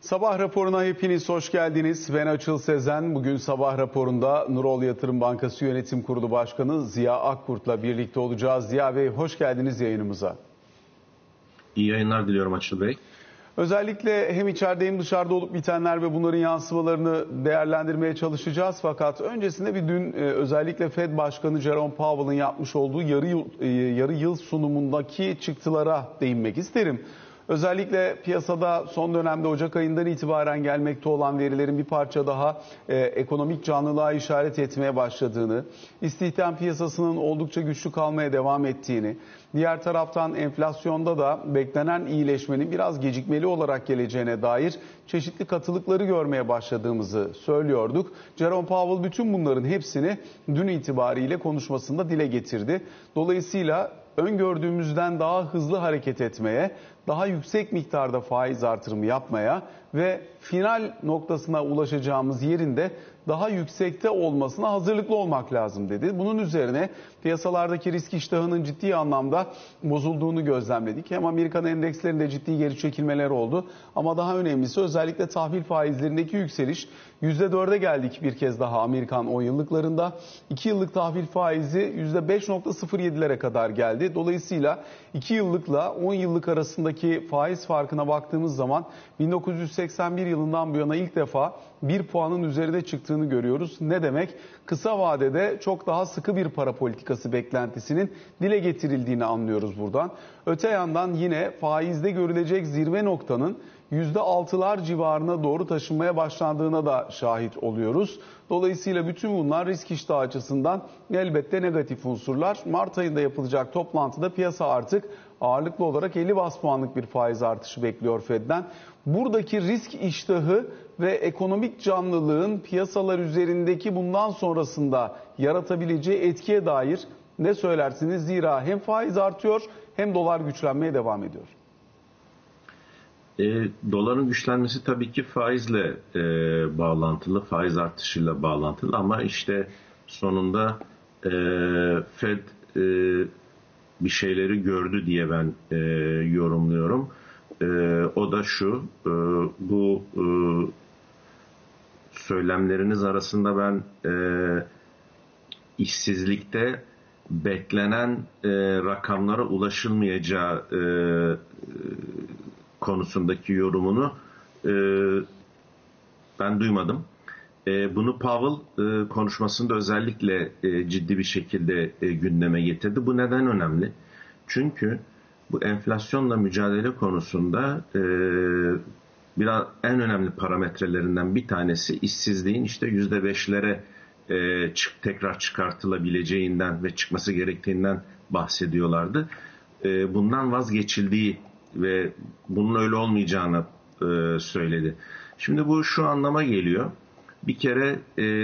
Sabah raporuna hepiniz hoş geldiniz. Ben Açıl Sezen. Bugün sabah raporunda Nurol Yatırım Bankası Yönetim Kurulu Başkanı Ziya Akkurt'la birlikte olacağız. Ziya Bey hoş geldiniz yayınımıza. İyi yayınlar diliyorum Açıl Bey. Özellikle hem içeride hem dışarıda olup bitenler ve bunların yansımalarını değerlendirmeye çalışacağız. Fakat öncesinde dün özellikle Fed Başkanı Jerome Powell'ın yapmış olduğu yarı yıl sunumundaki çıktılara değinmek isterim. Özellikle piyasada son dönemde Ocak ayından itibaren gelmekte olan verilerin bir parça daha ekonomik canlılığa işaret etmeye başladığını, istihdam piyasasının oldukça güçlü kalmaya devam ettiğini, diğer taraftan enflasyonda da beklenen iyileşmenin biraz gecikmeli olarak geleceğine dair çeşitli katılıkları görmeye başladığımızı söylüyorduk. Jerome Powell bütün bunların hepsini dün itibariyle konuşmasında dile getirdi. Dolayısıyla öngördüğümüzden daha hızlı hareket etmeye, daha yüksek miktarda faiz artırımı yapmaya ve final noktasına ulaşacağımız yerin de daha yüksekte olmasına hazırlıklı olmak lazım dedi. Bunun üzerine piyasalardaki risk iştahının ciddi anlamda bozulduğunu gözlemledik. Hem Amerikan endekslerinde ciddi geri çekilmeler oldu ama daha önemlisi özellikle tahvil faizlerindeki yükseliş. %4'e geldik bir kez daha Amerikan 10 yıllıklarında. 2 yıllık tahvil faizi %5.07'lere kadar geldi. Dolayısıyla 2 yıllıkla 10 yıllık arasındaki faiz farkına baktığımız zaman 1981 yılından bu yana ilk defa 1 puanın üzerinde çıktığını görüyoruz. Ne demek? Kısa vadede çok daha sıkı bir para politikası beklentisinin dile getirildiğini anlıyoruz buradan. Öte yandan yine faizde görülecek zirve noktanın %6'lar civarına doğru taşınmaya başlandığına da şahit oluyoruz. Dolayısıyla bütün bunlar risk iştahı açısından elbette negatif unsurlar. Mart ayında yapılacak toplantıda piyasa artık ağırlıklı olarak 50 bas puanlık bir faiz artışı bekliyor Fed'den. Buradaki risk iştahı ve ekonomik canlılığın piyasalar üzerindeki bundan sonrasında yaratabileceği etkiye dair ne söylersiniz? Zira hem faiz artıyor hem dolar güçlenmeye devam ediyor. Doların güçlenmesi tabii ki faizle bağlantılı, faiz artışıyla bağlantılı ama işte sonunda Fed bir şeyleri gördü diye ben yorumluyorum. O da şu, bu söylemleriniz arasında ben işsizlikte beklenen rakamlara ulaşılmayacağı konusundaki yorumunu ben duymadım. Bunu Powell konuşmasında özellikle ciddi bir şekilde gündeme getirdi. Bu neden önemli? Çünkü bu enflasyonla mücadele konusunda biraz en önemli parametrelerinden bir tanesi işsizliğin işte %5'lere tekrar çıkartılabileceğinden ve çıkması gerektiğinden bahsediyorlardı. Bundan vazgeçildiği ve bunun öyle olmayacağını söyledi. Şimdi bu şu anlama geliyor. Bir kere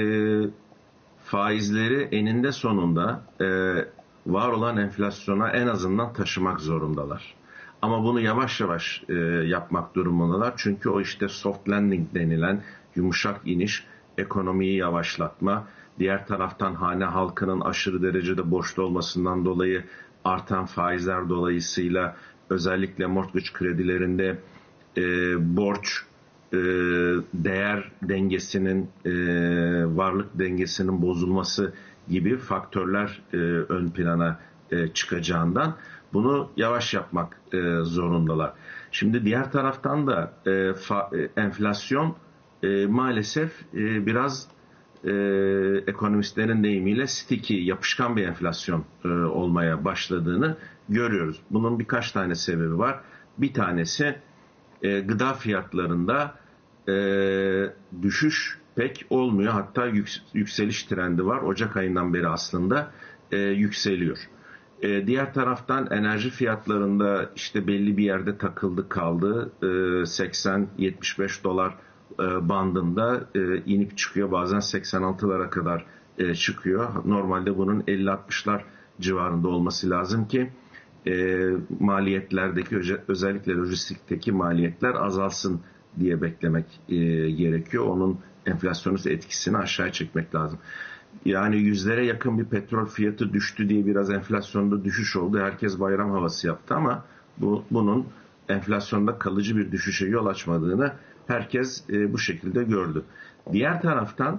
faizleri eninde sonunda var olan enflasyona en azından taşımak zorundalar. Ama bunu yavaş yavaş yapmak durumundalar. Çünkü o işte soft landing denilen yumuşak iniş, ekonomiyi yavaşlatma, diğer taraftan hane halkının aşırı derecede borçlu olmasından dolayı artan faizler dolayısıyla özellikle mortgage kredilerinde borç değer dengesinin, varlık dengesinin bozulması gibi faktörler ön plana çıkacağından bunu yavaş yapmak zorundalar. Şimdi diğer taraftan da enflasyon maalesef biraz ekonomistlerin deyimiyle sticky, yapışkan bir enflasyon olmaya başladığını görüyoruz. Bunun birkaç tane sebebi var. Bir tanesi gıda fiyatlarında düşüş pek olmuyor. Hatta yükseliş trendi var. Ocak ayından beri aslında yükseliyor. Diğer taraftan enerji fiyatlarında işte belli bir yerde takıldı kaldı. 80-75 dolar bandında inip çıkıyor. Bazen 86'lara kadar çıkıyor. Normalde bunun 50-60'lar civarında olması lazım ki maliyetlerdeki özellikle lojistikteki maliyetler azalsın diye beklemek gerekiyor. Onun enflasyonist etkisini aşağıya çekmek lazım. Yani yüzlere yakın bir petrol fiyatı düştü diye biraz enflasyonda düşüş oldu. Herkes bayram havası yaptı ama bunun enflasyonda kalıcı bir düşüşe yol açmadığını herkes bu şekilde gördü. Diğer taraftan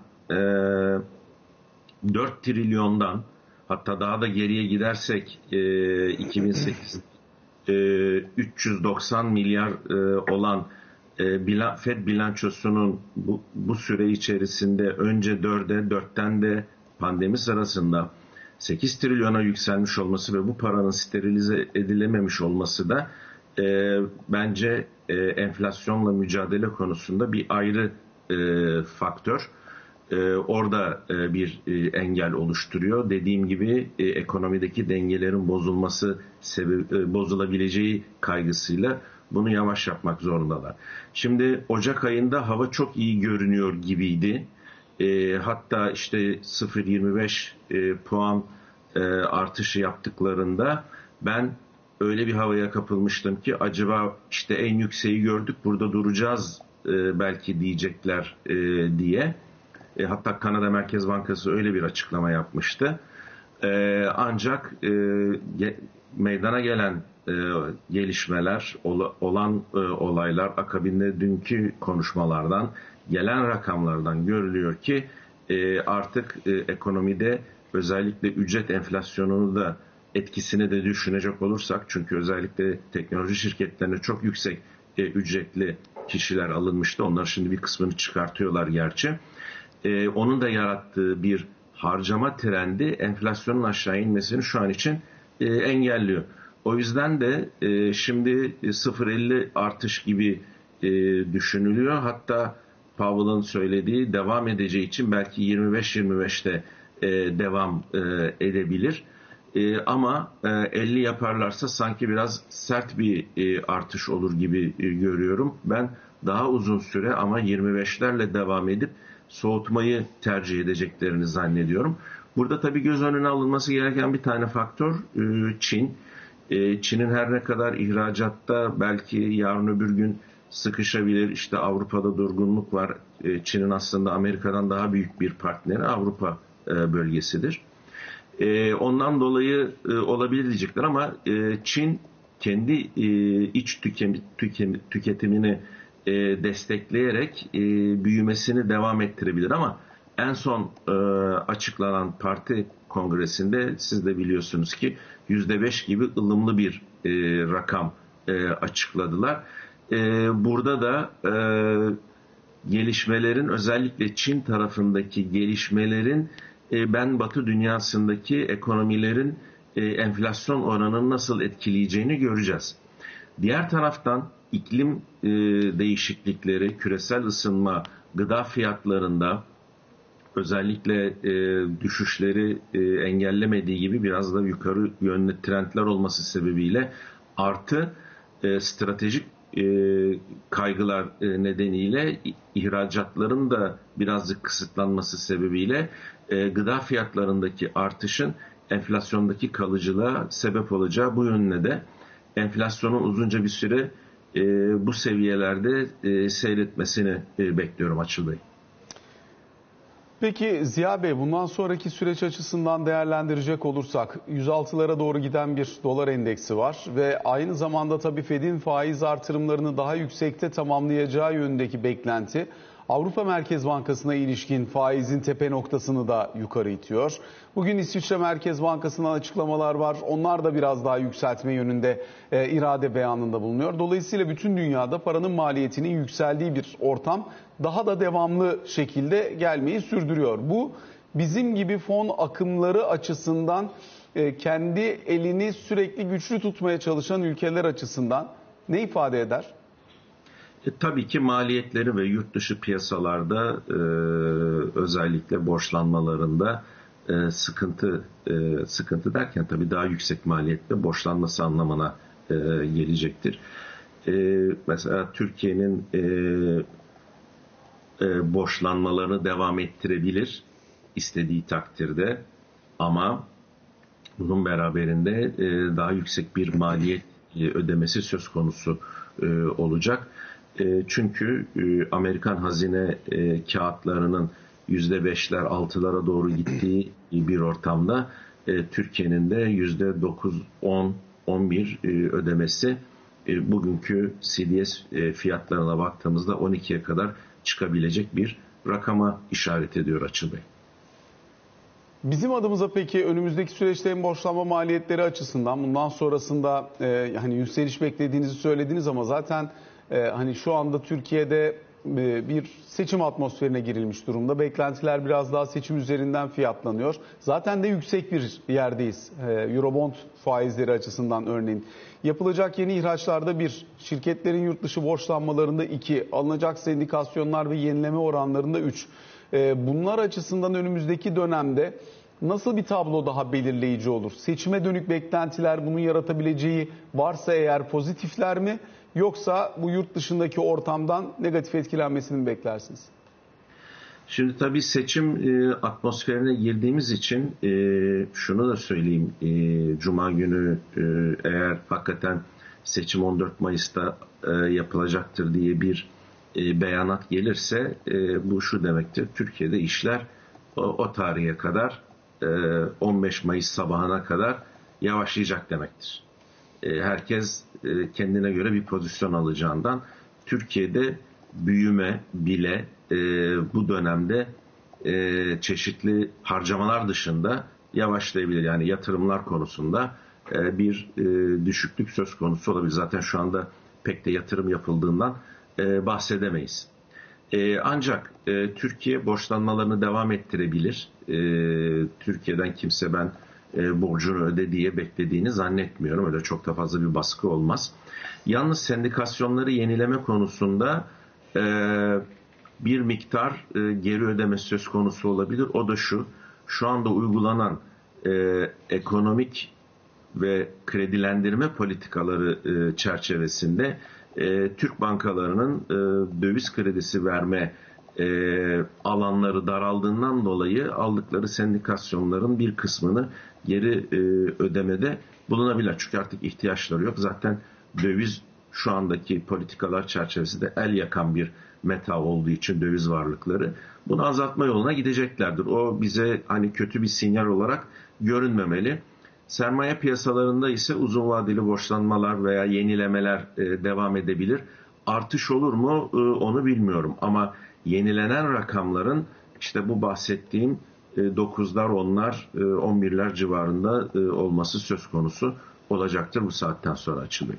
4 trilyondan, hatta daha da geriye gidersek 2008 390 milyar olan Fed bilançosunun bu süre içerisinde önce 4'ten de pandemi sırasında 8 trilyona yükselmiş olması ve bu paranın sterilize edilememiş olması da bence enflasyonla mücadele konusunda bir ayrı faktör. Orada bir engel oluşturuyor. Dediğim gibi ekonomideki dengelerin bozulabileceği kaygısıyla bunu yavaş yapmak zorundalar. Şimdi Ocak ayında hava çok iyi görünüyor gibiydi. Hatta işte 0,25 puan artışı yaptıklarında ben öyle bir havaya kapılmıştım ki acaba işte en yükseği gördük, burada duracağız belki diyecekler diye. Hatta Kanada Merkez Bankası öyle bir açıklama yapmıştı. Ancak meydana gelen gelişmeler, olan olaylar akabinde dünkü konuşmalardan, gelen rakamlardan görülüyor ki artık ekonomide özellikle ücret enflasyonunu da etkisini de düşünecek olursak, çünkü özellikle teknoloji şirketlerine çok yüksek ücretli kişiler alınmıştı. Onlar şimdi bir kısmını çıkartıyorlar gerçi. Onun da yarattığı bir harcama trendi enflasyonun aşağı inmesini şu an için engelliyor. O yüzden de şimdi 0,50 artış gibi düşünülüyor. Hatta Powell'ın söylediği devam edeceği için belki 25-25'te devam edebilir. Ama 50 yaparlarsa sanki biraz sert bir artış olur gibi görüyorum. Ben daha uzun süre ama 25'lerle devam edip soğutmayı tercih edeceklerini zannediyorum. Burada tabii göz önüne alınması gereken bir tane faktör Çin. Çin'in her ne kadar ihracatta belki yarın öbür gün sıkışabilir, işte Avrupa'da durgunluk var. Çin'in aslında Amerika'dan daha büyük bir partneri Avrupa bölgesidir. Ondan dolayı olabilir diyecekler ama Çin kendi iç tüketimini destekleyerek büyümesini devam ettirebilir ama en son açıklanan parti kongresinde siz de biliyorsunuz ki %5 gibi ılımlı bir rakam açıkladılar. Burada da gelişmelerin, özellikle Çin tarafındaki gelişmelerin ben Batı dünyasındaki ekonomilerin enflasyon oranını nasıl etkileyeceğini göreceğiz. Diğer taraftan iklim değişiklikleri, küresel ısınma, gıda fiyatlarında özellikle düşüşleri engellemediği gibi biraz da yukarı yönlü trendler olması sebebiyle artı stratejik kaygılar nedeniyle ihracatların da birazcık kısıtlanması sebebiyle gıda fiyatlarındaki artışın enflasyondaki kalıcılığa sebep olacağı bu yönüne de enflasyonun uzunca bir süre bu seviyelerde seyretmesini bekliyorum Açıl Bey. Peki Ziya Bey, bundan sonraki süreç açısından değerlendirecek olursak 106'lara doğru giden bir dolar endeksi var ve aynı zamanda tabii Fed'in faiz artırımlarını daha yüksekte tamamlayacağı yönündeki beklenti Avrupa Merkez Bankası'na ilişkin faizin tepe noktasını da yukarı itiyor. Bugün İsviçre Merkez Bankası'ndan açıklamalar var. Onlar da biraz daha yükseltme yönünde irade beyanında bulunuyor. Dolayısıyla bütün dünyada paranın maliyetinin yükseldiği bir ortam daha da devamlı şekilde gelmeyi sürdürüyor. Bu bizim gibi fon akımları açısından kendi elini sürekli güçlü tutmaya çalışan ülkeler açısından ne ifade eder? Tabii ki maliyetleri ve yurt dışı piyasalarda özellikle borçlanmalarında sıkıntı derken tabii daha yüksek maliyetle borçlanması anlamına gelecektir. Mesela Türkiye'nin borçlanmalarını devam ettirebilir istediği takdirde ama bunun beraberinde daha yüksek bir maliyet ödemesi söz konusu olacak. Çünkü Amerikan hazine kağıtlarının %5'ler 6'lara doğru gittiği bir ortamda Türkiye'nin de %9, 10, 11 ödemesi bugünkü CDS fiyatlarına baktığımızda 12'ye kadar çıkabilecek bir rakama işaret ediyor Açıl Bey. Bizim adımıza peki önümüzdeki süreçte hem borçlanma maliyetleri açısından bundan sonrasında hani yükseliş beklediğinizi söylediniz ama zaten hani şu anda Türkiye'de bir seçim atmosferine girilmiş durumda. Beklentiler biraz daha seçim üzerinden fiyatlanıyor. Zaten de yüksek bir yerdeyiz. Eurobond faizleri açısından örneğin. Yapılacak yeni ihraçlarda bir, şirketlerin yurt dışı borçlanmalarında 2, alınacak sendikasyonlar ve yenileme oranlarında 3. Bunlar açısından önümüzdeki dönemde nasıl bir tablo daha belirleyici olur? Seçime dönük beklentiler bunun yaratabileceği varsa eğer pozitifler mi? Yoksa bu yurt dışındaki ortamdan negatif etkilenmesini mi beklersiniz? Şimdi tabii seçim atmosferine girdiğimiz için şunu da söyleyeyim. Cuma günü eğer hakikaten seçim 14 Mayıs'ta yapılacaktır diye bir beyanat gelirse bu şu demektir. Türkiye'de işler o tarihe kadar 15 Mayıs sabahına kadar yavaşlayacak demektir. Herkes kendine göre bir pozisyon alacağından Türkiye'de büyüme bile bu dönemde çeşitli harcamalar dışında yavaşlayabilir. Yani yatırımlar konusunda bir düşüklük söz konusu olabilir. Zaten şu anda pek de yatırım yapıldığından bahsedemeyiz. Ancak Türkiye borçlanmalarını devam ettirebilir. Türkiye'den kimse ben borcunu öde diye beklediğini zannetmiyorum. Öyle çok da fazla bir baskı olmaz. Yalnız sendikasyonları yenileme konusunda bir miktar geri ödeme söz konusu olabilir. O da şu anda uygulanan ekonomik ve kredilendirme politikaları çerçevesinde Türk bankalarının döviz kredisi verme alanları daraldığından dolayı aldıkları sendikasyonların bir kısmını geri ödemede bulunabilir. Çünkü artık ihtiyaçları yok. Zaten döviz şu andaki politikalar çerçevesinde el yakan bir meta olduğu için döviz varlıkları bunu azaltma yoluna gideceklerdir. O bize hani kötü bir sinyal olarak görünmemeli. Sermaye piyasalarında ise uzun vadeli borçlanmalar veya yenilemeler devam edebilir. Artış olur mu onu bilmiyorum ama yenilenen rakamların işte bu bahsettiğim 9'lar, 10'lar, 11'ler civarında olması söz konusu olacaktır bu saatten sonra açılıyor.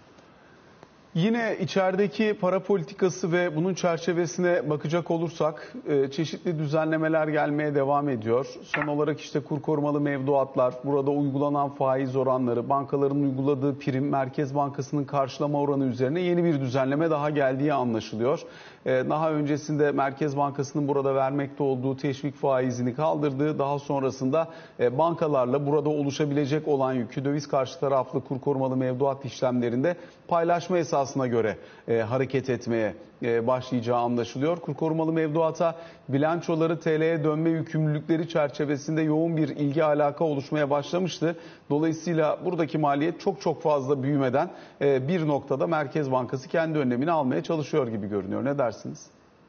Yine içerideki para politikası ve bunun çerçevesine bakacak olursak çeşitli düzenlemeler gelmeye devam ediyor. Son olarak işte kur korumalı mevduatlar, burada uygulanan faiz oranları, bankaların uyguladığı prim, Merkez Bankası'nın karşılama oranı üzerine yeni bir düzenleme daha geldiği anlaşılıyor. Daha öncesinde Merkez Bankası'nın burada vermekte olduğu teşvik faizini kaldırdığı, daha sonrasında bankalarla burada oluşabilecek olan yükü döviz karşı taraflı kur korumalı mevduat işlemlerinde paylaşma esasına göre hareket etmeye başlayacağı anlaşılıyor. Kur korumalı mevduata bilançoları TL'ye dönme yükümlülükleri çerçevesinde yoğun bir ilgi alaka oluşmaya başlamıştı. Dolayısıyla buradaki maliyet çok fazla büyümeden bir noktada Merkez Bankası kendi önlemini almaya çalışıyor gibi görünüyor. Ne dersiniz?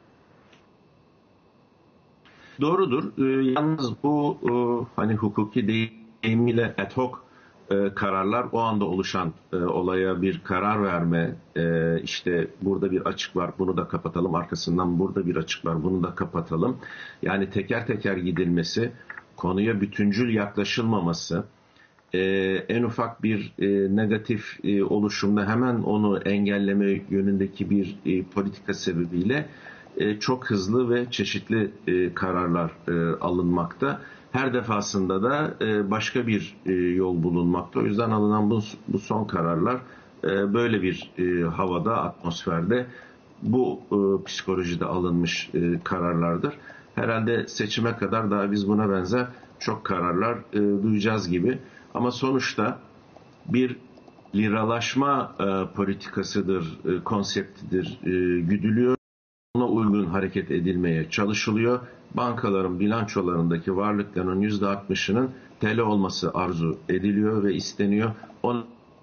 Doğrudur. Yalnız bu hani hukuki deyimiyle ad hoc kararlar o anda oluşan olaya bir karar verme, işte burada bir açık var bunu da kapatalım, arkasından burada bir açık var bunu da kapatalım. Yani teker teker gidilmesi, konuya bütüncül yaklaşılmaması, en ufak bir negatif oluşumda hemen onu engelleme yönündeki bir politika sebebiyle çok hızlı ve çeşitli kararlar alınmakta. Her defasında da başka bir yol bulunmakta. O yüzden alınan bu son kararlar böyle bir havada, atmosferde bu psikolojide alınmış kararlardır. Herhalde seçime kadar daha biz buna benzer çok kararlar duyacağız gibi. Ama sonuçta bir liralaşma politikasıdır, konseptidir güdülüyor. Ona uygun hareket edilmeye çalışılıyor. Bankaların bilançolarındaki varlıklarının %60'ının TL olması arzu ediliyor ve isteniyor. Ona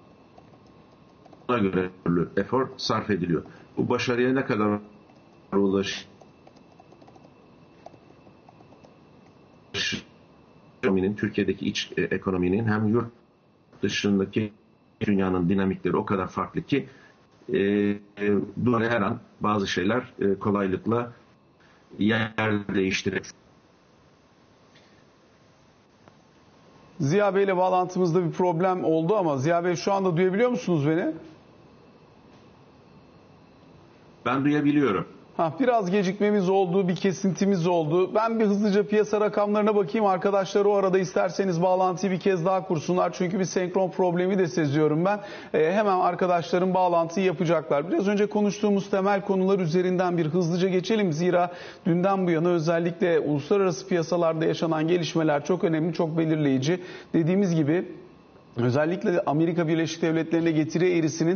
göre efor sarf ediliyor. Bu başarıya ne kadar ulaşır? Türkiye'deki iç ekonominin hem yurt dışındaki dünyanın dinamikleri o kadar farklı ki her an bazı şeyler kolaylıkla yer değiştirir. Ziya Bey ile bağlantımızda bir problem oldu ama Ziya Bey şu anda duyabiliyor musunuz beni? Ben duyabiliyorum. Biraz gecikmemiz oldu, bir kesintimiz oldu. Ben bir hızlıca piyasa rakamlarına bakayım. Arkadaşlar o arada isterseniz bağlantıyı bir kez daha kursunlar. Çünkü bir senkron problemi de seziyorum ben. Hemen arkadaşlarım bağlantıyı yapacaklar. Biraz önce konuştuğumuz temel konular üzerinden bir hızlıca geçelim. Zira dünden bu yana özellikle uluslararası piyasalarda yaşanan gelişmeler çok önemli, çok belirleyici. Dediğimiz gibi özellikle Amerika Birleşik Devletleri'ne getiri eğrisinin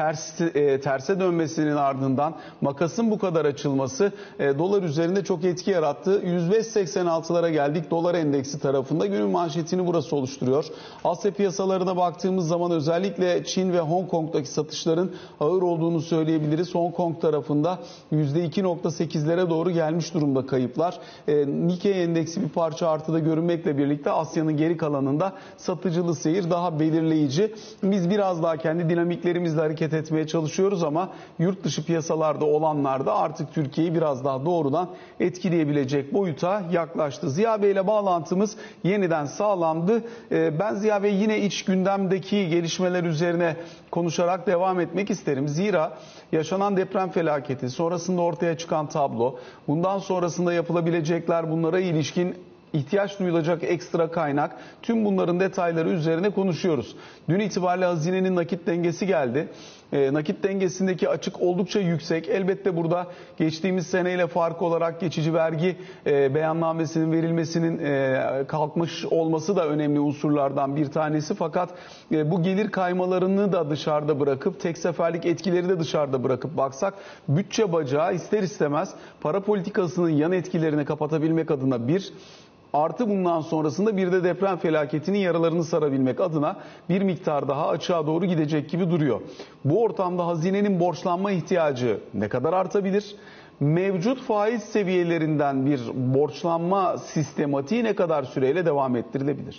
terse dönmesinin ardından makasın bu kadar açılması dolar üzerinde çok etki yarattı. 105.86'lara geldik dolar endeksi tarafında. Günün manşetini burası oluşturuyor. Asya piyasalarına baktığımız zaman özellikle Çin ve Hong Kong'daki satışların ağır olduğunu söyleyebiliriz. Hong Kong tarafında %2.8'lere doğru gelmiş durumda kayıplar. Nikkei endeksi bir parça artıda görünmekle birlikte Asya'nın geri kalanında satıcılı seyir daha belirleyici. Biz biraz daha kendi dinamiklerimizle hareket etmeye çalışıyoruz ama yurt dışı piyasalarda olanlar da artık Türkiye'yi biraz daha doğrudan etkileyebilecek boyuta yaklaştı. Ziya Bey ile bağlantımız yeniden sağlandı. Ben Ziya Bey yine iç gündemdeki gelişmeler üzerine konuşarak devam etmek isterim. Zira yaşanan deprem felaketi, sonrasında ortaya çıkan tablo, bundan sonrasında yapılabilecekler, bunlara ilişkin ihtiyaç duyulacak ekstra kaynak, tüm bunların detayları üzerine konuşuyoruz. Dün itibariyle hazinenin nakit dengesi geldi. Nakit dengesindeki açık oldukça yüksek. Elbette burada geçtiğimiz seneyle farkı olarak geçici vergi beyannamesinin verilmesinin kalkmış olması da önemli unsurlardan bir tanesi. Fakat bu gelir kaymalarını da dışarıda bırakıp, tek seferlik etkileri de dışarıda bırakıp baksak, bütçe bacağı ister istemez para politikasının yan etkilerini kapatabilmek adına artı bundan sonrasında bir de deprem felaketinin yaralarını sarabilmek adına bir miktar daha açığa doğru gidecek gibi duruyor. Bu ortamda hazinenin borçlanma ihtiyacı ne kadar artabilir? Mevcut faiz seviyelerinden bir borçlanma sistematiği ne kadar süreyle devam ettirilebilir?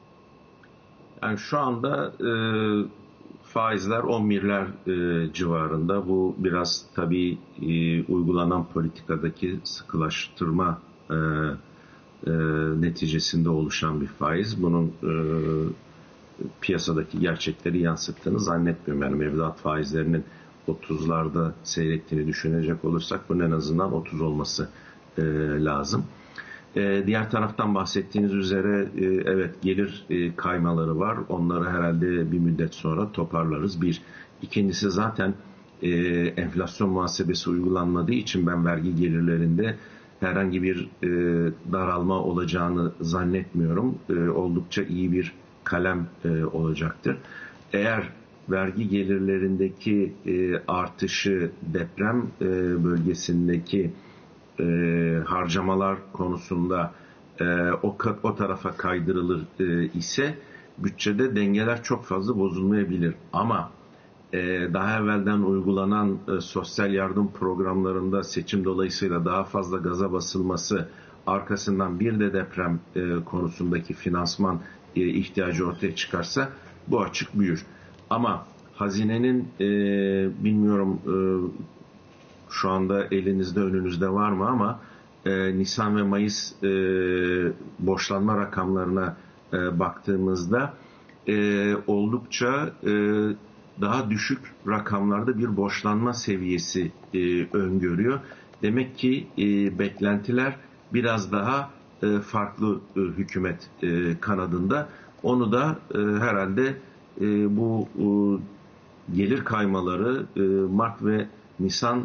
Yani şu anda faizler 11'ler civarında. Bu biraz tabii uygulanan politikadaki sıkılaştırma neticesinde oluşan bir faiz. Bunun piyasadaki gerçekleri yansıttığını zannetmiyorum. Yani mevduat faizlerinin 30'larda seyrettiğini düşünecek olursak bunun en azından 30 olması lazım. Diğer taraftan bahsettiğiniz üzere evet gelir kaymaları var. Onları herhalde bir müddet sonra toparlarız. İkincisi zaten enflasyon muhasebesi uygulanmadığı için ben vergi gelirlerinde herhangi bir daralma olacağını zannetmiyorum. Oldukça iyi bir kalem olacaktır. Eğer vergi gelirlerindeki artışı deprem bölgesindeki harcamalar konusunda o tarafa kaydırılır ise bütçede dengeler çok fazla bozulmayabilir. Ama daha evvelden uygulanan sosyal yardım programlarında seçim dolayısıyla daha fazla gaza basılması, arkasından bir de deprem konusundaki finansman ihtiyacı ortaya çıkarsa bu açık büyür. Ama hazinenin bilmiyorum şu anda elinizde önünüzde var mı ama Nisan ve Mayıs borçlanma rakamlarına baktığımızda oldukça daha düşük rakamlarda bir borçlanma seviyesi öngörüyor. Demek ki beklentiler biraz daha farklı hükümet kanadında. Onu da herhalde bu gelir kaymaları Mart ve Nisan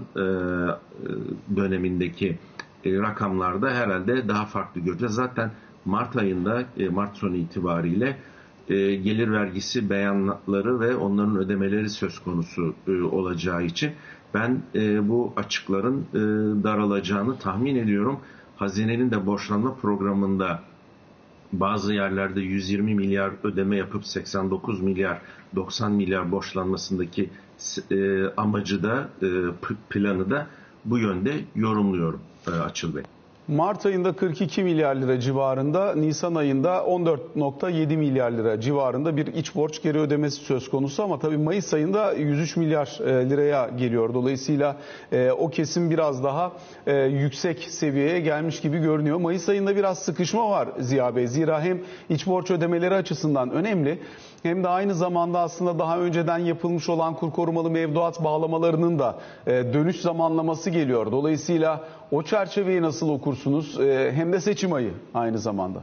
dönemindeki rakamlarda herhalde daha farklı göreceğiz. Zaten Mart ayında, Mart sonu itibariyle gelir vergisi beyanları ve onların ödemeleri söz konusu olacağı için ben bu açıkların daralacağını tahmin ediyorum. Hazinenin de borçlanma programında bazı yerlerde 120 milyar ödeme yapıp 89 milyar, 90 milyar borçlanmasındaki amacı da planı da bu yönde yorumluyorum Açıl Bey. Mart ayında 42 milyar lira civarında, Nisan ayında 14,7 milyar lira civarında bir iç borç geri ödemesi söz konusu ama tabii Mayıs ayında 103 milyar liraya geliyor. Dolayısıyla o kesim biraz daha yüksek seviyeye gelmiş gibi görünüyor. Mayıs ayında biraz sıkışma var Ziya Bey. Zira hem iç borç ödemeleri açısından önemli hem de aynı zamanda aslında daha önceden yapılmış olan kur korumalı mevduat bağlamalarının da dönüş zamanlaması geliyor. Dolayısıyla o çerçeveyi nasıl okursunuz? Hem de seçim ayı aynı zamanda.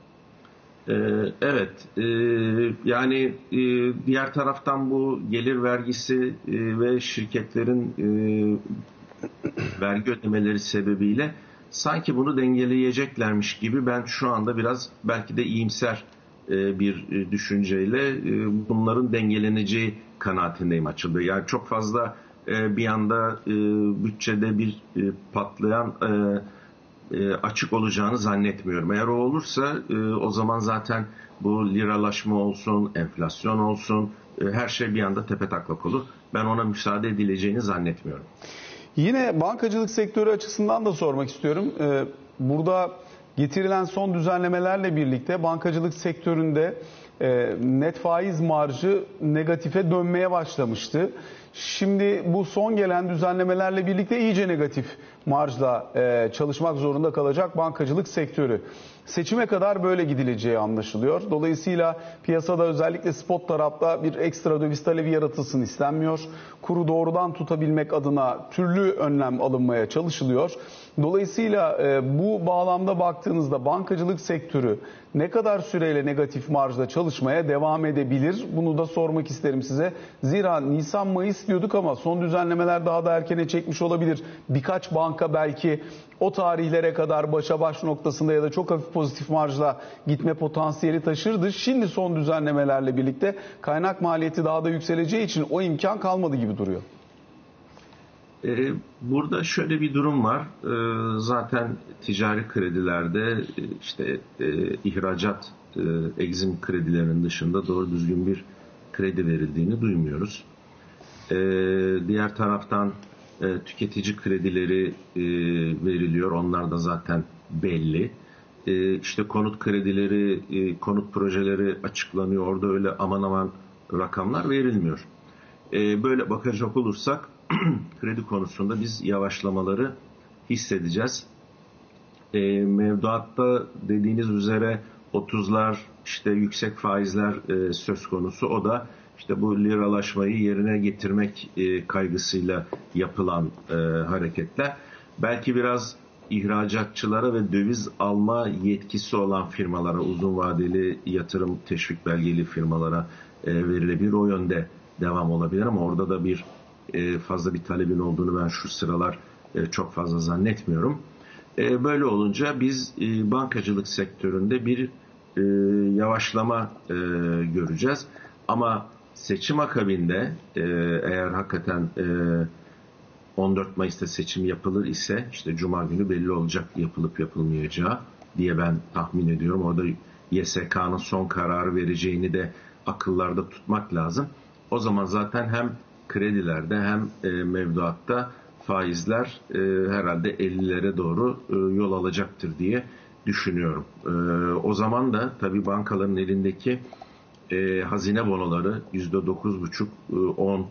Evet, yani diğer taraftan bu gelir vergisi ve şirketlerin vergi ödemeleri sebebiyle sanki bunu dengeleyeceklermiş gibi ben şu anda biraz belki de iyimser bir düşünceyle bunların dengeleneceği kanaatindeyim açıldı. Yani çok fazla bir anda bütçede bir patlayan açık olacağını zannetmiyorum. Eğer o olursa o zaman zaten bu liralaşma olsun, enflasyon olsun her şey bir anda tepetaklak olur. Ben ona müsaade edileceğini zannetmiyorum. Yine bankacılık sektörü açısından da sormak istiyorum. Burada getirilen son düzenlemelerle birlikte bankacılık sektöründe net faiz marjı negatife dönmeye başlamıştı. Şimdi bu son gelen düzenlemelerle birlikte iyice negatif marjla çalışmak zorunda kalacak bankacılık sektörü. Seçime kadar böyle gidileceği anlaşılıyor. Dolayısıyla piyasada özellikle spot tarafta bir ekstra döviz talebi yaratılsın istenmiyor. Kuru doğrudan tutabilmek adına türlü önlem alınmaya çalışılıyor. Dolayısıyla bu bağlamda baktığınızda bankacılık sektörü ne kadar süreyle negatif marjla çalışmaya devam edebilir? Bunu da sormak isterim size. Zira Nisan-Mayıs diyorduk ama son düzenlemeler daha da erkene çekmiş olabilir. Birkaç banka belki o tarihlere kadar başa baş noktasında ya da çok hafif pozitif marjla gitme potansiyeli taşırdı. Şimdi son düzenlemelerle birlikte kaynak maliyeti daha da yükseleceği için o imkan kalmadı gibi duruyor. Burada şöyle bir durum var. Zaten ticari kredilerde işte ihracat Exim kredilerinin dışında doğru düzgün bir kredi verildiğini duymuyoruz. Diğer taraftan tüketici kredileri veriliyor. Onlar da zaten belli. İşte konut kredileri, konut projeleri açıklanıyor. Orada öyle aman aman rakamlar verilmiyor. Böyle bakacak olursak kredi konusunda biz yavaşlamaları hissedeceğiz. Mevduatta dediğiniz üzere 30'lar işte yüksek faizler söz konusu. O da işte bu liralaşmayı yerine getirmek kaygısıyla yapılan hareketler. Belki biraz ihracatçılara ve döviz alma yetkisi olan firmalara, uzun vadeli yatırım teşvik belgeli firmalara verilebilir. O yönde devam olabilir ama orada da bir fazla bir talebin olduğunu ben şu sıralar çok fazla zannetmiyorum. Böyle olunca biz bankacılık sektöründe bir yavaşlama göreceğiz. Ama seçim akabinde eğer hakikaten 14 Mayıs'ta seçim yapılır ise işte Cuma günü belli olacak yapılıp yapılmayacağı diye ben tahmin ediyorum. Orada YSK'nın son kararı vereceğini de akıllarda tutmak lazım. O zaman zaten hem kredilerde hem mevduatta faizler herhalde 50'lere doğru yol alacaktır diye düşünüyorum. O zaman da tabii bankaların elindeki hazine bonoları %9,5, 10,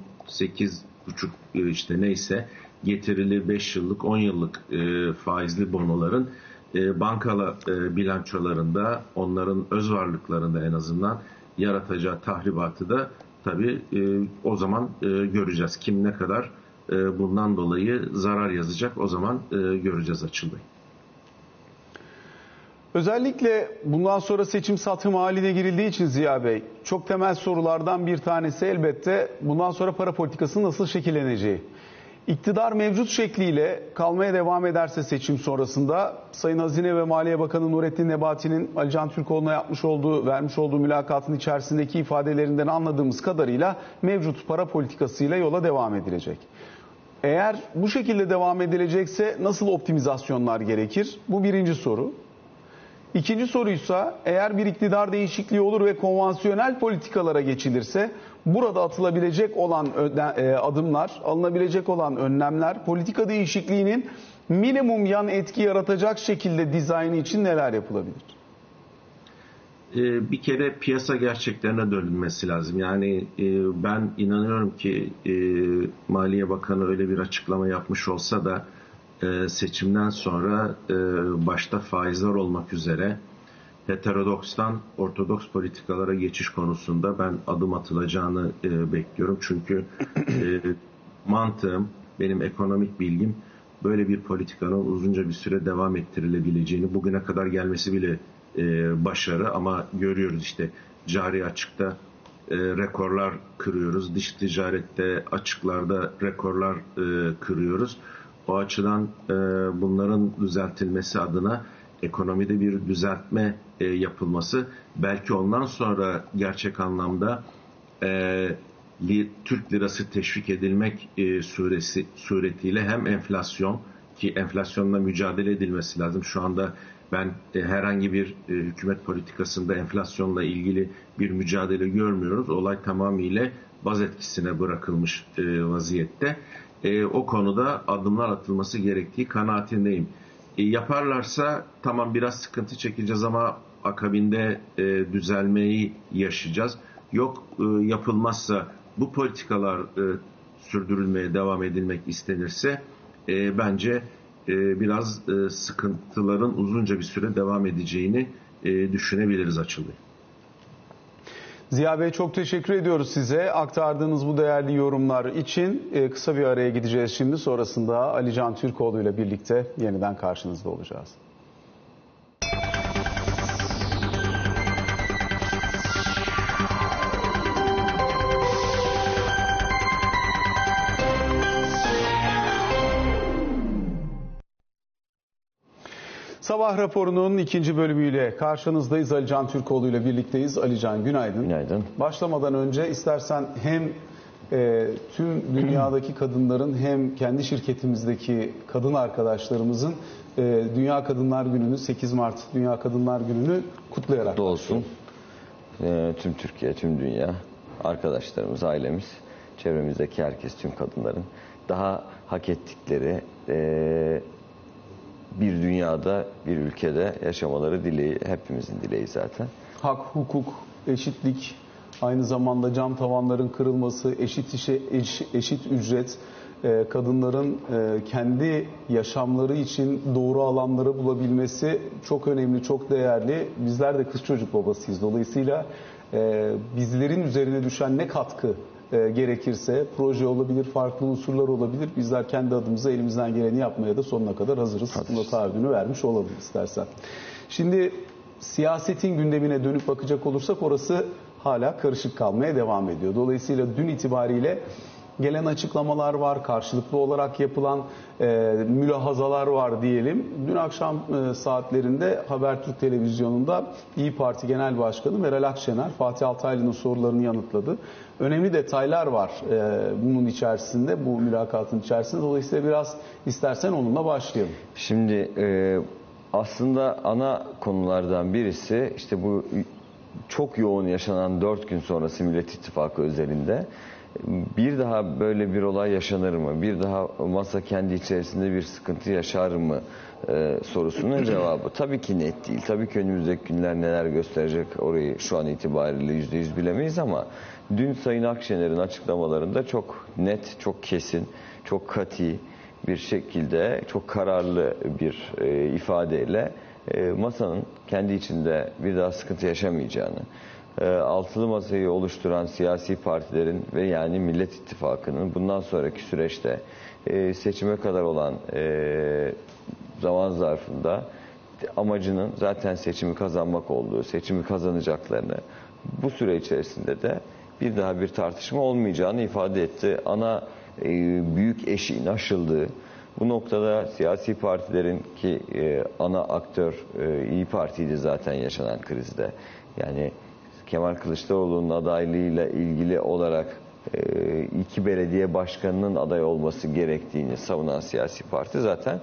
8,5 işte neyse getirili 5 yıllık 10 yıllık faizli bonoların bankalı bilançolarında onların öz varlıklarında en azından yaratacağı tahribatı da tabii o zaman göreceğiz. Kim ne kadar bundan dolayı zarar yazacak o zaman göreceğiz Açıl Bey. Özellikle bundan sonra seçim satım haline girildiği için Ziya Bey çok temel sorulardan bir tanesi elbette bundan sonra para politikası nasıl şekilleneceği. İktidar mevcut şekliyle kalmaya devam ederse seçim sonrasında Sayın Hazine ve Maliye Bakanı Nurettin Nebati'nin Ali Can Türkoğlu'na vermiş olduğu mülakatın içerisindeki ifadelerinden anladığımız kadarıyla mevcut para politikasıyla yola devam edilecek. Eğer bu şekilde devam edilecekse nasıl optimizasyonlar gerekir? Bu birinci soru. İkinci soruysa, eğer bir iktidar değişikliği olur ve konvansiyonel politikalara geçilirse burada atılabilecek olan adımlar, alınabilecek olan önlemler, politika değişikliğinin minimum yan etki yaratacak şekilde dizaynı için neler yapılabilir? Bir kere piyasa gerçeklerine dönülmesi lazım. Yani ben inanıyorum ki Maliye Bakanı öyle bir açıklama yapmış olsa da seçimden sonra başta faizler olmak üzere heterodokstan ortodoks politikalara geçiş konusunda ben adım atılacağını bekliyorum. Çünkü mantığım, benim ekonomik bilgim böyle bir politikanın uzunca bir süre devam ettirilebileceğini, bugüne kadar gelmesi bile başarı, ama görüyoruz işte cari açıkta rekorlar kırıyoruz, dış ticarette açıklarda rekorlar kırıyoruz. O açıdan bunların düzeltilmesi adına ekonomide bir düzeltme yapılması, belki ondan sonra gerçek anlamda Türk lirası teşvik edilmek suretiyle hem enflasyon, ki enflasyonla mücadele edilmesi lazım. Şu anda ben herhangi bir hükümet politikasında enflasyonla ilgili bir mücadele görmüyoruz. Olay tamamıyla baz etkisine bırakılmış vaziyette. O konuda adımlar atılması gerektiği kanaatindeyim. Yaparlarsa tamam, biraz sıkıntı çekeceğiz ama akabinde düzelmeyi yaşayacağız. Yok, yapılmazsa, bu politikalar sürdürülmeye devam edilmek istenirse bence biraz sıkıntıların uzunca bir süre devam edeceğini düşünebiliriz Açıl Bey. Ziya Bey, çok teşekkür ediyoruz size aktardığınız bu değerli yorumlar için. Kısa bir araya gideceğiz şimdi. Sonrasında Ali Can Türkoğlu ile birlikte yeniden karşınızda olacağız. Sabah raporunun ikinci bölümüyle karşınızdayız. Ali Can Türkoğlu ile birlikteyiz. Ali Can, günaydın. Günaydın. Başlamadan önce istersen hem tüm dünyadaki kadınların hem kendi şirketimizdeki kadın arkadaşlarımızın Dünya Kadınlar Günü'nü, 8 Mart Dünya Kadınlar Günü'nü kutlayarak kutlu olsun. Tüm Türkiye, tüm dünya, arkadaşlarımız, ailemiz, çevremizdeki herkes, tüm kadınların daha hak ettikleri bir dünyada, bir ülkede yaşamaları dileği, hepimizin dileği zaten. Hak, hukuk, eşitlik, aynı zamanda cam tavanların kırılması, eşit işe eşit ücret, kadınların kendi yaşamları için doğru alanları bulabilmesi çok önemli, çok değerli. Bizler de kız çocuk babasıyız. Dolayısıyla bizlerin üzerine düşen ne katkı gerekirse, proje olabilir, farklı unsurlar olabilir. Bizler kendi adımıza elimizden geleni yapmaya da sonuna kadar hazırız. Buna taahhüdünü vermiş olalım istersen. Şimdi siyasetin gündemine dönüp bakacak olursak orası hala karışık kalmaya devam ediyor. Dolayısıyla dün itibariyle gelen açıklamalar var, karşılıklı olarak yapılan mülahazalar var diyelim. Dün akşam saatlerinde Habertürk Televizyonu'nda İYİ Parti Genel Başkanı Meral Akşener, Fatih Altaylı'nın sorularını yanıtladı. Önemli detaylar var bunun içerisinde, bu mülakatın içerisinde. Dolayısıyla biraz istersen onunla başlayalım. Şimdi aslında ana konulardan birisi işte bu çok yoğun yaşanan 4 gün sonrası Millet İttifakı özelinde bir daha böyle bir olay yaşanır mı? Bir daha masa kendi içerisinde bir sıkıntı yaşar mı? Sorusunun cevabı tabii ki net değil. Tabii ki önümüzdeki günler neler gösterecek orayı şu an itibariyle %100 bilemeyiz ama dün Sayın Akşener'in açıklamalarında çok net, çok kesin, çok kati bir şekilde, çok kararlı bir ifadeyle masanın kendi içinde bir daha sıkıntı yaşamayacağını, altılı masayı oluşturan siyasi partilerin ve yani Millet İttifakı'nın bundan sonraki süreçte seçime kadar olan zaman zarfında amacının zaten seçimi kazanmak olduğu, seçimi kazanacaklarını, bu süre içerisinde de bir daha bir tartışma olmayacağını ifade etti. Ana büyük eşiğin aşıldığı, bu noktada siyasi partilerin ki ana aktör İYİ Parti'ydi zaten yaşanan krizde. Yani Kemal Kılıçdaroğlu'nun adaylığıyla ilgili olarak iki belediye başkanının aday olması gerektiğini savunan siyasi parti zaten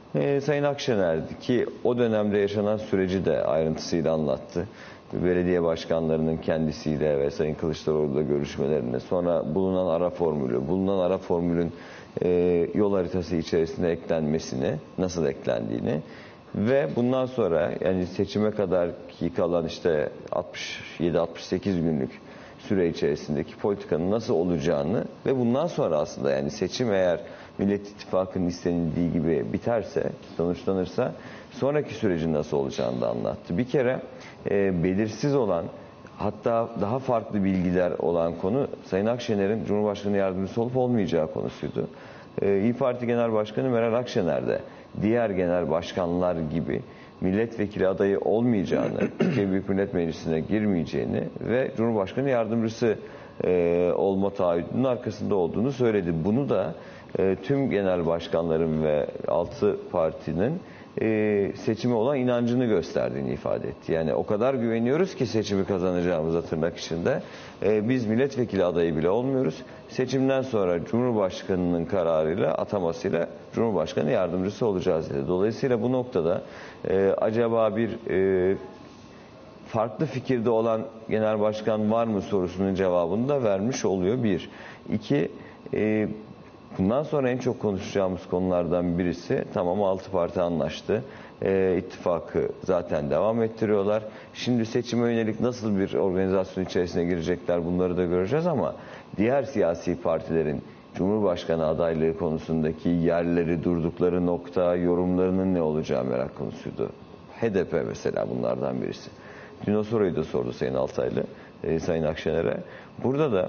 Sayın Akşener'di ki o dönemde yaşanan süreci de ayrıntısıyla anlattı. Belediye başkanlarının kendisiyle ve Sayın Kılıçdaroğlu'yla görüşmelerinde, sonra bulunan ara formülün yol haritası içerisinde eklenmesini, nasıl eklendiğini ve bundan sonra yani seçime kadar ki kalan işte 67-68 günlük süre içerisindeki politikanın nasıl olacağını ve bundan sonra aslında yani seçim eğer Millet İttifakı'nın istenildiği gibi biterse, sonuçlanırsa sonraki sürecin nasıl olacağını da anlattı. Bir kere belirsiz olan, hatta daha farklı bilgiler olan konu Sayın Akşener'in Cumhurbaşkanı yardımcısı olup olmayacağı konusuydu. İYİ Parti Genel Başkanı Meral Akşener de diğer genel başkanlar gibi milletvekili adayı olmayacağını, Türkiye Büyük Millet Meclisi'ne girmeyeceğini ve Cumhurbaşkanı yardımcısı olma taahhüdünün arkasında olduğunu söyledi. Bunu da tüm genel başkanların ve 6 partinin seçime olan inancını gösterdiğini ifade etti. Yani o kadar güveniyoruz ki seçimi kazanacağımıza tırnak içinde. Biz milletvekili adayı bile olmuyoruz. Seçimden sonra Cumhurbaşkanı'nın kararıyla, atamasıyla Cumhurbaşkanı yardımcısı olacağız dedi. Dolayısıyla bu noktada acaba bir farklı fikirde olan genel başkan var mı sorusunun cevabını da vermiş oluyor. Bir. İki, bundan sonra en çok konuşacağımız konulardan birisi, tamam 6 parti anlaştı. İttifakı zaten devam ettiriyorlar. Şimdi seçime yönelik nasıl bir organizasyon içerisine girecekler bunları da göreceğiz ama diğer siyasi partilerin Cumhurbaşkanı adaylığı konusundaki yerleri, durdukları nokta, yorumlarının ne olacağı merak konusuydu. HDP mesela bunlardan birisi. Dün o soruyu da sordu Sayın Altaylı, Sayın Akşener'e. Burada da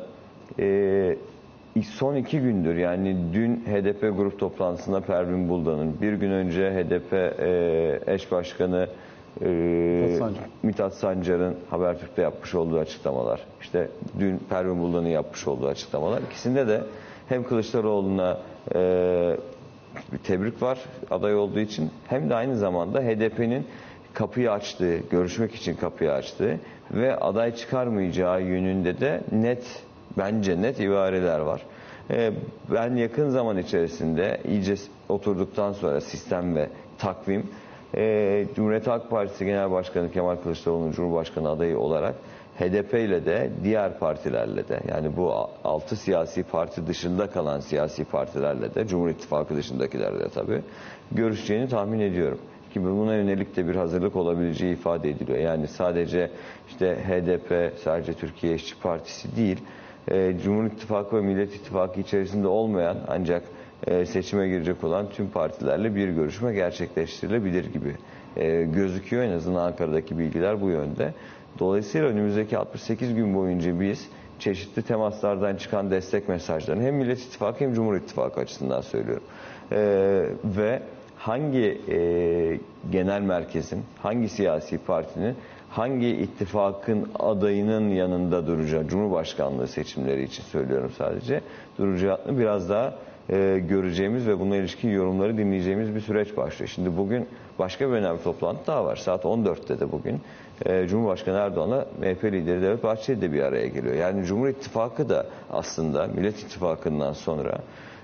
son 2 gündür, yani dün HDP grup toplantısında Pervin Buldan'ın, bir gün önce HDP eş başkanı Mithat Sancar'ın Habertürk'te yapmış olduğu açıklamalar, işte dün Pervin Buldan'ın yapmış olduğu açıklamalar, ikisinde de hem Kılıçdaroğlu'na bir tebrik var aday olduğu için, hem de aynı zamanda HDP'nin kapıyı açtığı, görüşmek için kapıyı açtığı ve aday çıkarmayacağı yönünde de bence net ibareler var. Ben yakın zaman içerisinde iyice oturduktan sonra sistem ve takvim, Cumhuriyet Halk Partisi Genel Başkanı Kemal Kılıçdaroğlu'nun Cumhurbaşkanı adayı olarak HDP ile de diğer partilerle de, yani bu 6 siyasi parti dışında kalan siyasi partilerle de, Cumhur İttifakı dışındakilerle de tabii görüşeceğini tahmin ediyorum. Ki buna yönelik de bir hazırlık olabileceği ifade ediliyor. Yani sadece işte HDP, sadece Türkiye İşçi Partisi değil, Cumhur İttifakı ve Millet İttifakı içerisinde olmayan ancak seçime girecek olan tüm partilerle bir görüşme gerçekleştirilebilir gibi gözüküyor. En azından Ankara'daki bilgiler bu yönde. Dolayısıyla önümüzdeki 68 gün boyunca biz çeşitli temaslardan çıkan destek mesajlarını hem Millet İttifakı hem Cumhur İttifakı açısından söylüyorum. Ve hangi genel merkezin, hangi siyasi partinin, hangi ittifakın adayının yanında duracağı, Cumhurbaşkanlığı seçimleri için söylüyorum sadece, duracağını biraz daha göreceğimiz ve buna ilişkin yorumları dinleyeceğimiz bir süreç başlıyor. Şimdi bugün başka bir önemli toplantı daha var. Saat 14'te de bugün Cumhurbaşkanı Erdoğan'la MHP lideri Devlet Bahçeli de bir araya geliyor. Yani Cumhur İttifakı da aslında Millet İttifakı'ndan sonra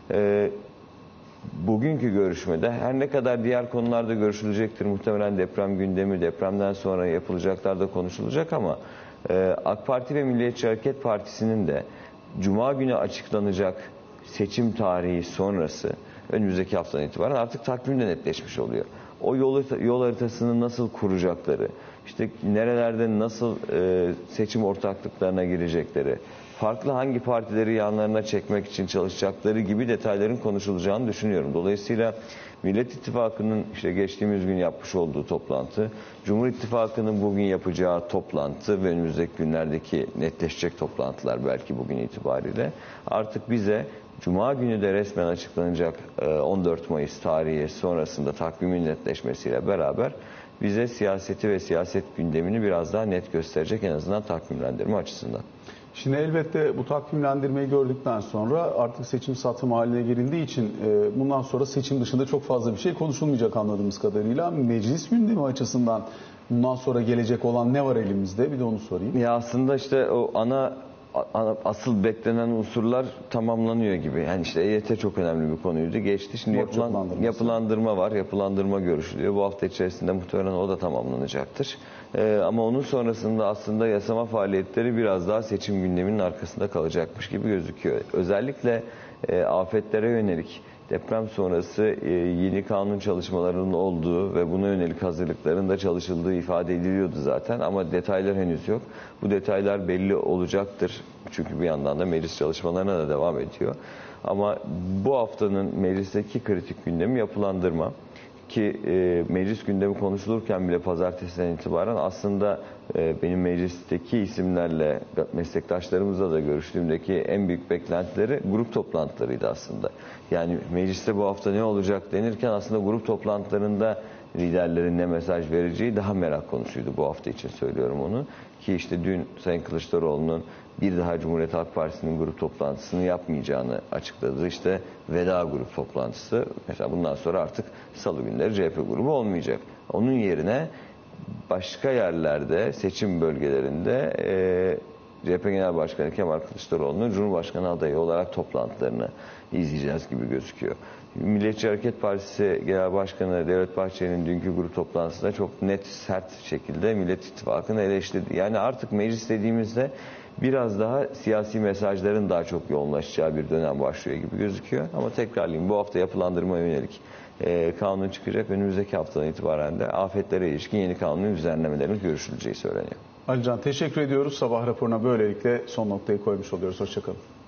bugünkü görüşmede her ne kadar diğer konularda görüşülecektir, muhtemelen deprem gündemi, depremden sonra yapılacaklar da konuşulacak ama AK Parti ve Milliyetçi Hareket Partisi'nin de Cuma günü açıklanacak seçim tarihi sonrası önümüzdeki haftadan itibaren artık takvimde netleşmiş oluyor. O yol haritasını nasıl kuracakları, işte nerelerde nasıl seçim ortaklıklarına girecekleri, farklı hangi partileri yanlarına çekmek için çalışacakları gibi detayların konuşulacağını düşünüyorum. Dolayısıyla Millet İttifakı'nın işte geçtiğimiz gün yapmış olduğu toplantı, Cumhur İttifakı'nın bugün yapacağı toplantı ve önümüzdeki günlerdeki netleşecek toplantılar belki bugün itibariyle artık bize Cuma günü de resmen açıklanacak 14 Mayıs tarihi sonrasında takvimin netleşmesiyle beraber bize siyaseti ve siyaset gündemini biraz daha net gösterecek, en azından takvimlendirme açısından. Şimdi elbette bu takvimlendirmeyi gördükten sonra artık seçim satım haline girildiği için bundan sonra seçim dışında çok fazla bir şey konuşulmayacak anladığımız kadarıyla. Meclis gündemi açısından bundan sonra gelecek olan ne var elimizde? Bir de onu sorayım. Ya aslında işte o ana asıl beklenen unsurlar tamamlanıyor gibi. Yani işte EYT çok önemli bir konuydu. Geçti. Şimdi yapılandırma var. Yapılandırma görüşülüyor. Bu hafta içerisinde muhtemelen o da tamamlanacaktır. Ama onun sonrasında aslında yasama faaliyetleri biraz daha seçim gündeminin arkasında kalacakmış gibi gözüküyor. Özellikle afetlere yönelik deprem sonrası yeni kanun çalışmalarının olduğu ve buna yönelik hazırlıkların da çalışıldığı ifade ediliyordu zaten ama detaylar henüz yok. Bu detaylar belli olacaktır. Çünkü bir yandan da meclis çalışmalarına da devam ediyor. Ama bu haftanın meclisteki kritik gündemi yapılandırma. Ki meclis gündemi konuşulurken bile pazartesiden itibaren aslında benim meclisteki isimlerle meslektaşlarımızla da görüştüğümdeki en büyük beklentileri grup toplantılarıydı aslında. Yani mecliste bu hafta ne olacak denirken aslında grup toplantılarında liderlerin ne mesaj vereceği daha merak konusuydu bu hafta için söylüyorum onu. Ki işte dün Sayın Kılıçdaroğlu'nun bir daha Cumhuriyet Halk Partisi'nin grup toplantısını yapmayacağını açıkladı. İşte veda grup toplantısı. Mesela bundan sonra artık salı günleri CHP grubu olmayacak. Onun yerine başka yerlerde, seçim bölgelerinde CHP Genel Başkanı Kemal Kılıçdaroğlu'nun Cumhurbaşkanı adayı olarak toplantılarını izleyeceğiz gibi gözüküyor. Milliyetçi Hareket Partisi Genel Başkanı Devlet Bahçeli'nin dünkü grup toplantısında çok net, sert şekilde Millet İttifakı'nı eleştirdi. Yani artık meclis dediğimizde biraz daha siyasi mesajların daha çok yoğunlaşacağı bir dönem başlıyor gibi gözüküyor. Ama tekrarlayayım, bu hafta yapılandırmaya yönelik kanun çıkacak. Önümüzdeki haftadan itibaren de afetlere ilişkin yeni kanunun düzenlemelerinin görüşüleceği söyleniyor. Ali Can, teşekkür ediyoruz. Sabah raporuna böylelikle son noktayı koymuş oluyoruz. Hoşçakalın.